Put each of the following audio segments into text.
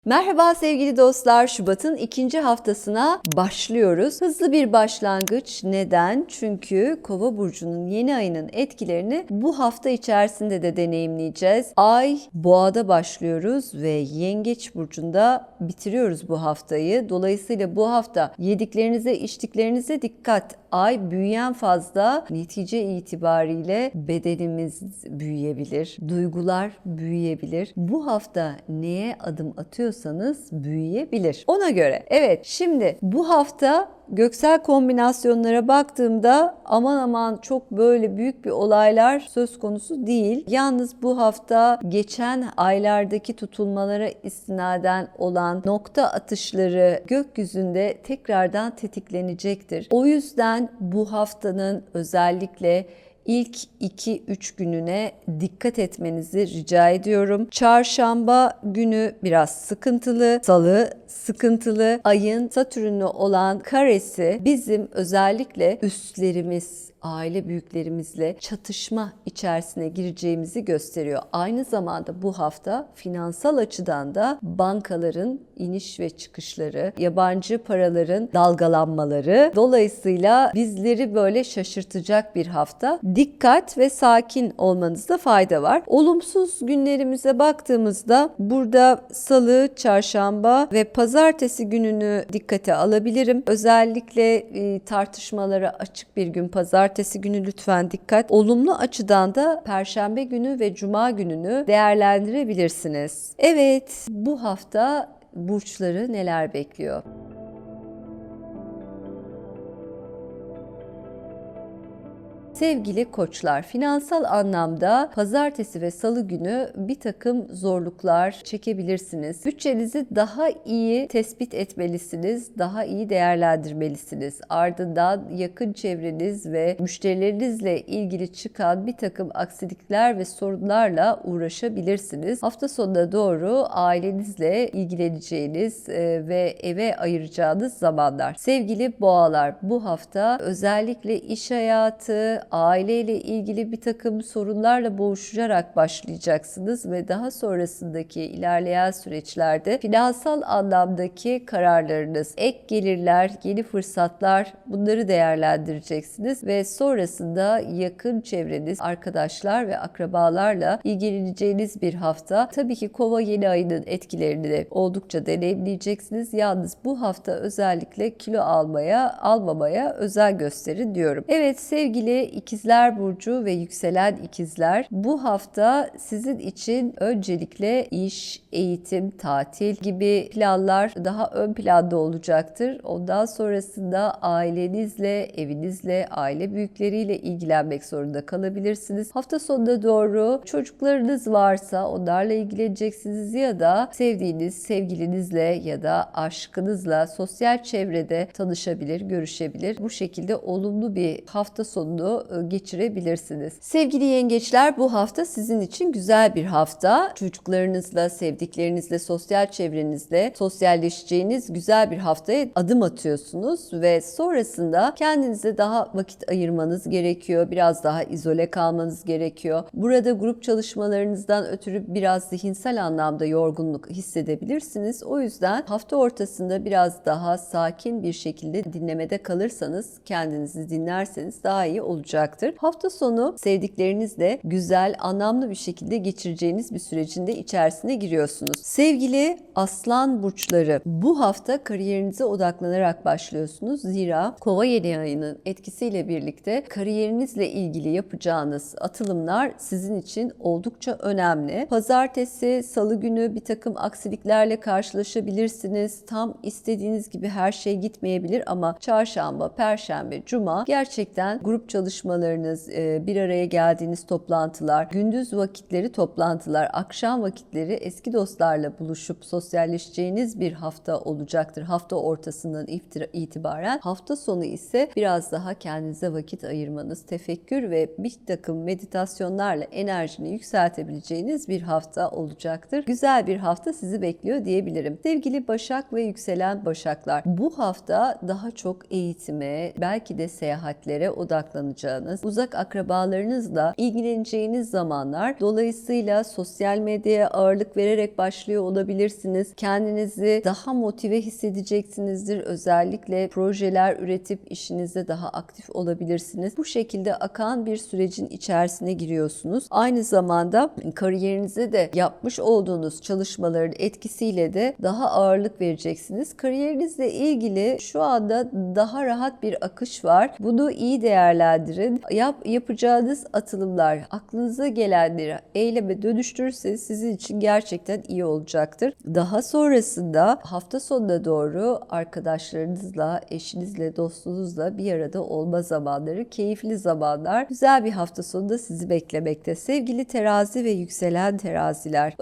Merhaba sevgili dostlar, Şubat'ın ikinci haftasına başlıyoruz. Hızlı bir başlangıç. Neden? Çünkü Kova burcunun yeni ayının etkilerini bu hafta içerisinde de deneyimleyeceğiz. Ay Boğa'da başlıyoruz ve Yengeç burcunda bitiriyoruz bu haftayı. Dolayısıyla bu hafta yediklerinize, içtiklerinize dikkat. Ay büyüyen fazla, netice itibariyle bedenimiz büyüyebilir, duygular büyüyebilir. Bu hafta neye adım atıyorsanız büyüyebilir. Ona göre. Evet, şimdi bu hafta göksel kombinasyonlara baktığımda aman aman çok böyle büyük bir olaylar söz konusu değil. Yalnız bu hafta geçen aylardaki tutulmalara istinaden olan nokta atışları gökyüzünde tekrardan tetiklenecektir. O yüzden bu haftanın özellikle İlk 2-3 gününe dikkat etmenizi rica ediyorum. Çarşamba günü biraz sıkıntılı, salı sıkıntılı. Ayın Satürn'ü olan karesi bizim özellikle üstlerimiz, aile büyüklerimizle çatışma içerisine gireceğimizi gösteriyor. Aynı zamanda bu hafta finansal açıdan da bankaların iniş ve çıkışları, yabancı paraların dalgalanmaları, dolayısıyla bizleri böyle şaşırtacak bir hafta. Dikkat ve sakin olmanızda fayda var. Olumsuz günlerimize baktığımızda burada salı, çarşamba ve pazartesi gününü dikkate alabilirim. Özellikle tartışmalara açık bir gün pazartesi günü lütfen dikkat. Olumlu açıdan da perşembe günü ve cuma gününü değerlendirebilirsiniz. Evet, bu hafta burçları neler bekliyor? Sevgili koçlar, finansal anlamda pazartesi ve salı günü bir takım zorluklar çekebilirsiniz. Bütçenizi daha iyi tespit etmelisiniz, daha iyi değerlendirmelisiniz. Ardından yakın çevreniz ve müşterilerinizle ilgili çıkan bir takım aksilikler ve sorunlarla uğraşabilirsiniz. Hafta sonuna doğru ailenizle ilgileneceğiniz ve eve ayıracağınız zamanlar. Sevgili boğalar, bu hafta özellikle iş hayatı, aileyle ilgili bir takım sorunlarla boğuşarak başlayacaksınız ve daha sonrasındaki ilerleyen süreçlerde finansal anlamdaki kararlarınız, ek gelirler, yeni fırsatlar, bunları değerlendireceksiniz ve sonrasında yakın çevreniz, arkadaşlar ve akrabalarla ilgileneceğiniz bir hafta. Tabii ki Kova yeni ayının etkilerini de oldukça deneyimleyeceksiniz. Yalnız bu hafta özellikle kilo almamaya özen gösterin diyorum. Evet sevgili İkizler Burcu ve yükselen ikizler, bu hafta sizin için öncelikle iş, eğitim, tatil gibi planlar daha ön planda olacaktır. Ondan sonrasında ailenizle, evinizle, aile büyükleriyle ilgilenmek zorunda kalabilirsiniz. Hafta sonuna doğru çocuklarınız varsa onlarla ilgileneceksiniz ya da sevdiğiniz sevgilinizle ya da aşkınızla sosyal çevrede tanışabilir, görüşebilir. Bu şekilde olumlu bir hafta sonunu geçirebilirsiniz. Sevgili yengeçler, bu hafta sizin için güzel bir hafta. Çocuklarınızla, sevdiklerinizle, sosyal çevrenizle sosyalleşeceğiniz güzel bir haftaya adım atıyorsunuz ve sonrasında kendinize daha vakit ayırmanız gerekiyor. Biraz daha izole kalmanız gerekiyor. Burada grup çalışmalarınızdan ötürü biraz zihinsel anlamda yorgunluk hissedebilirsiniz. O yüzden hafta ortasında biraz daha sakin bir şekilde dinlemede kalırsanız, kendinizi dinlerseniz daha iyi olacaktır. Hafta sonu sevdiklerinizle güzel, anlamlı bir şekilde geçireceğiniz bir sürecin de içerisine giriyorsunuz. Sevgili Aslan burçları, bu hafta kariyerinize odaklanarak başlıyorsunuz. Zira Kova yeni ayının etkisiyle birlikte kariyerinizle ilgili yapacağınız atılımlar sizin için oldukça önemli. Pazartesi, salı günü bir takım aksiliklerle karşılaşabilirsiniz. Tam istediğiniz gibi her şey gitmeyebilir ama çarşamba, perşembe, cuma gerçekten grup çalışmalarınız, bir araya geldiğiniz toplantılar, gündüz vakitleri toplantılar, akşam vakitleri eski dostlarla buluşup sosyalleşeceğiniz bir hafta olacaktır. Hafta ortasından itibaren. Hafta sonu ise biraz daha kendinize vakit ayırmanız, tefekkür ve bir takım meditasyonlarla enerjini yükseltebileceğiniz bir hafta olacaktır. Güzel bir hafta sizi bekliyor diyebilirim. Sevgili Başak ve yükselen Başaklar, bu hafta daha çok eğitime, belki de seyahatlere odaklanacaksınız. yapacağınız, uzak akrabalarınızla ilgileneceğiniz zamanlar. Dolayısıyla sosyal medyaya ağırlık vererek başlıyor olabilirsiniz. Kendinizi daha motive hissedeceksinizdir. Özellikle projeler üretip işinizde daha aktif olabilirsiniz. Bu şekilde akan bir sürecin içerisine giriyorsunuz. Aynı zamanda kariyerinize de yapmış olduğunuz çalışmaların etkisiyle de daha ağırlık vereceksiniz. Kariyerinizle ilgili şu anda daha rahat bir akış var. Bunu iyi değerlendirin. Yapacağınız atılımlar, aklınıza gelenleri eyleme dönüştürürseniz sizin için gerçekten iyi olacaktır. Daha sonrasında hafta sonuna doğru arkadaşlarınızla, eşinizle, dostunuzla bir arada olma zamanları, keyifli zamanlar, güzel bir hafta sonu da sizi beklemekte. Sevgili terazi ve yükselen teraziler,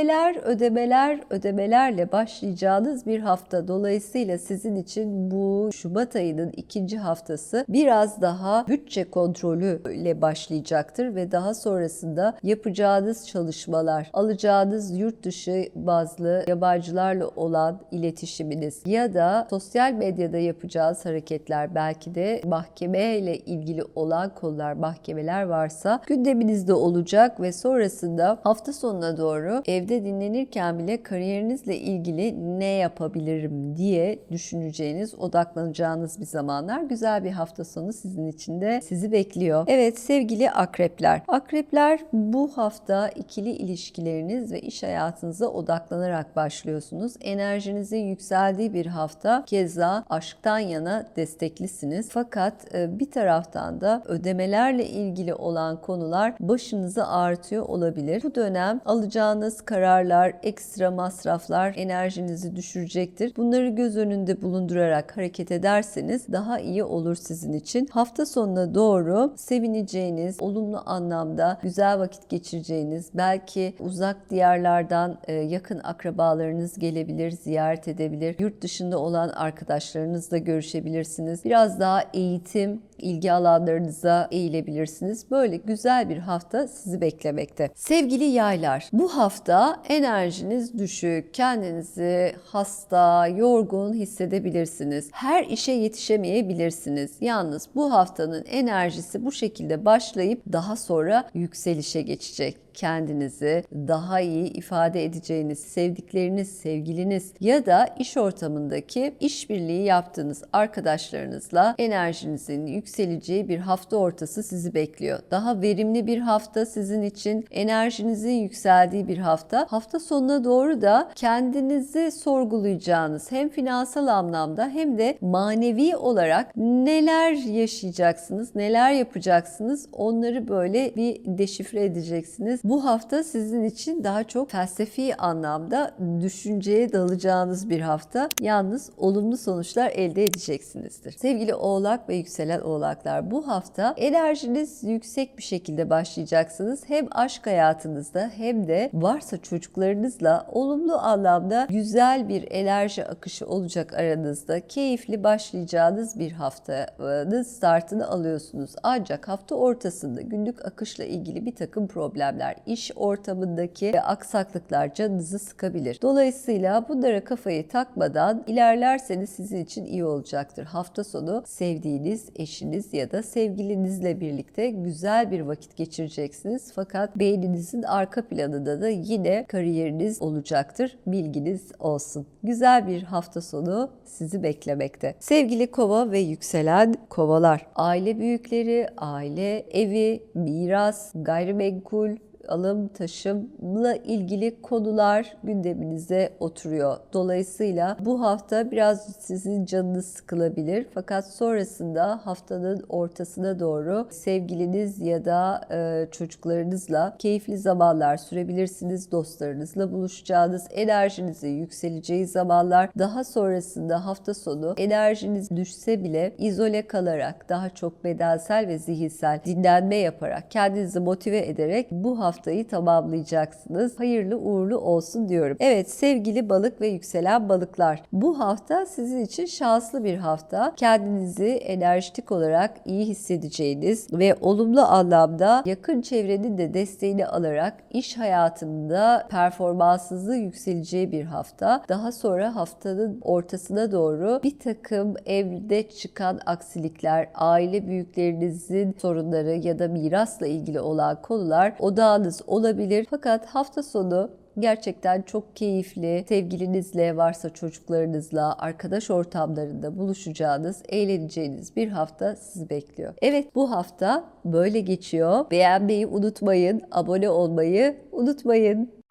ödemelerle başlayacağınız bir hafta. Dolayısıyla sizin için bu Şubat ayının ikinci haftası biraz daha bütçe kontrolü ile başlayacaktır ve daha sonrasında yapacağınız çalışmalar, alacağınız yurt dışı bazlı yabancılarla olan iletişiminiz ya da sosyal medyada yapacağınız hareketler, belki de mahkeme ile ilgili olan konular, mahkemeler varsa gündeminizde olacak ve sonrasında hafta sonuna doğru evde dinlenirken bile kariyerinizle ilgili ne yapabilirim diye düşüneceğiniz, odaklanacağınız bir zamanlar. Güzel bir hafta sonu sizin için de sizi bekliyor. Evet sevgili akrepler. Akrepler, bu hafta ikili ilişkileriniz ve iş hayatınıza odaklanarak başlıyorsunuz. Enerjinizin yükseldiği bir hafta. Keza aşktan yana desteklisiniz. Fakat bir taraftan da ödemelerle ilgili olan konular başınızı ağrıtıyor olabilir. Bu dönem alacağınız kararlar, ekstra masraflar enerjinizi düşürecektir. Bunları göz önünde bulundurarak hareket ederseniz daha iyi olur sizin için. Hafta sonuna doğru sevineceğiniz, olumlu anlamda güzel vakit geçireceğiniz, belki uzak diyarlardan yakın akrabalarınız gelebilir, ziyaret edebilir. Yurt dışında olan arkadaşlarınızla görüşebilirsiniz. Biraz daha eğitim, ilgi alanlarınıza eğilebilirsiniz. Böyle güzel bir hafta sizi beklemekte. Sevgili yaylar, bu hafta enerjiniz düşük, kendinizi hasta, yorgun hissedebilirsiniz. Her işe yetişemeyebilirsiniz. Yalnız bu haftanın enerjisi bu şekilde başlayıp daha sonra yükselişe geçecek. Kendinizi daha iyi ifade edeceğiniz sevdikleriniz, sevgiliniz ya da iş ortamındaki işbirliği yaptığınız arkadaşlarınızla enerjinizin yükseleceği bir hafta ortası sizi bekliyor. Daha verimli bir hafta sizin için, enerjinizin yükseldiği bir hafta. Hafta sonuna doğru da kendinizi sorgulayacağınız, hem finansal anlamda hem de manevi olarak neler yaşayacaksınız, neler yapacaksınız, onları böyle bir deşifre edeceksiniz. Bu hafta sizin için daha çok felsefi anlamda düşünceye dalacağınız bir hafta. Yalnız olumlu sonuçlar elde edeceksinizdir. Sevgili Oğlak ve yükselen Oğlaklar, bu hafta enerjiniz yüksek bir şekilde başlayacaksınız. Hem aşk hayatınızda hem de varsa çocuklarınızla olumlu anlamda güzel bir enerji akışı olacak aranızda. Keyifli başlayacağınız bir haftanın startını alıyorsunuz. Ancak hafta ortasında günlük akışla ilgili bir takım problemler, iş ortamındaki aksaklıklar canınızı sıkabilir. Dolayısıyla bunlara kafayı takmadan ilerlerseniz sizin için iyi olacaktır. Hafta sonu sevdiğiniz eşiniz ya da sevgilinizle birlikte güzel bir vakit geçireceksiniz. Fakat beyninizin arka planında da yine kariyeriniz olacaktır. Bilginiz olsun. Güzel bir hafta sonu sizi beklemekte. Sevgili Kova ve yükselen Kovalar. Aile büyükleri, aile evi, miras, gayrimenkul, alım taşımla ilgili konular gündeminize oturuyor. Dolayısıyla bu hafta biraz sizin canınız sıkılabilir. Fakat sonrasında haftanın ortasına doğru sevgiliniz ya da çocuklarınızla keyifli zamanlar sürebilirsiniz. Dostlarınızla buluşacağınız, enerjinizin yükseleceği zamanlar. Daha sonrasında hafta sonu enerjiniz düşse bile izole kalarak, daha çok bedensel ve zihinsel dinlenme yaparak, kendinizi motive ederek bu hafta haftayı tamamlayacaksınız. Hayırlı uğurlu olsun diyorum. Evet sevgili balık ve yükselen balıklar, bu hafta sizin için şanslı bir hafta. Kendinizi enerjik olarak iyi hissedeceğiniz ve olumlu anlamda yakın çevrenin de desteğini alarak iş hayatında performansınızın yükseleceği bir hafta. Daha sonra haftanın ortasına doğru bir takım evde çıkan aksilikler, aile büyüklerinizin sorunları ya da mirasla ilgili olan konular odağınız olabilir. Fakat hafta sonu gerçekten çok keyifli, sevgilinizle, varsa çocuklarınızla, arkadaş ortamlarında buluşacağınız, eğleneceğiniz bir hafta sizi bekliyor. Evet, bu hafta böyle geçiyor. Beğenmeyi unutmayın, abone olmayı unutmayın.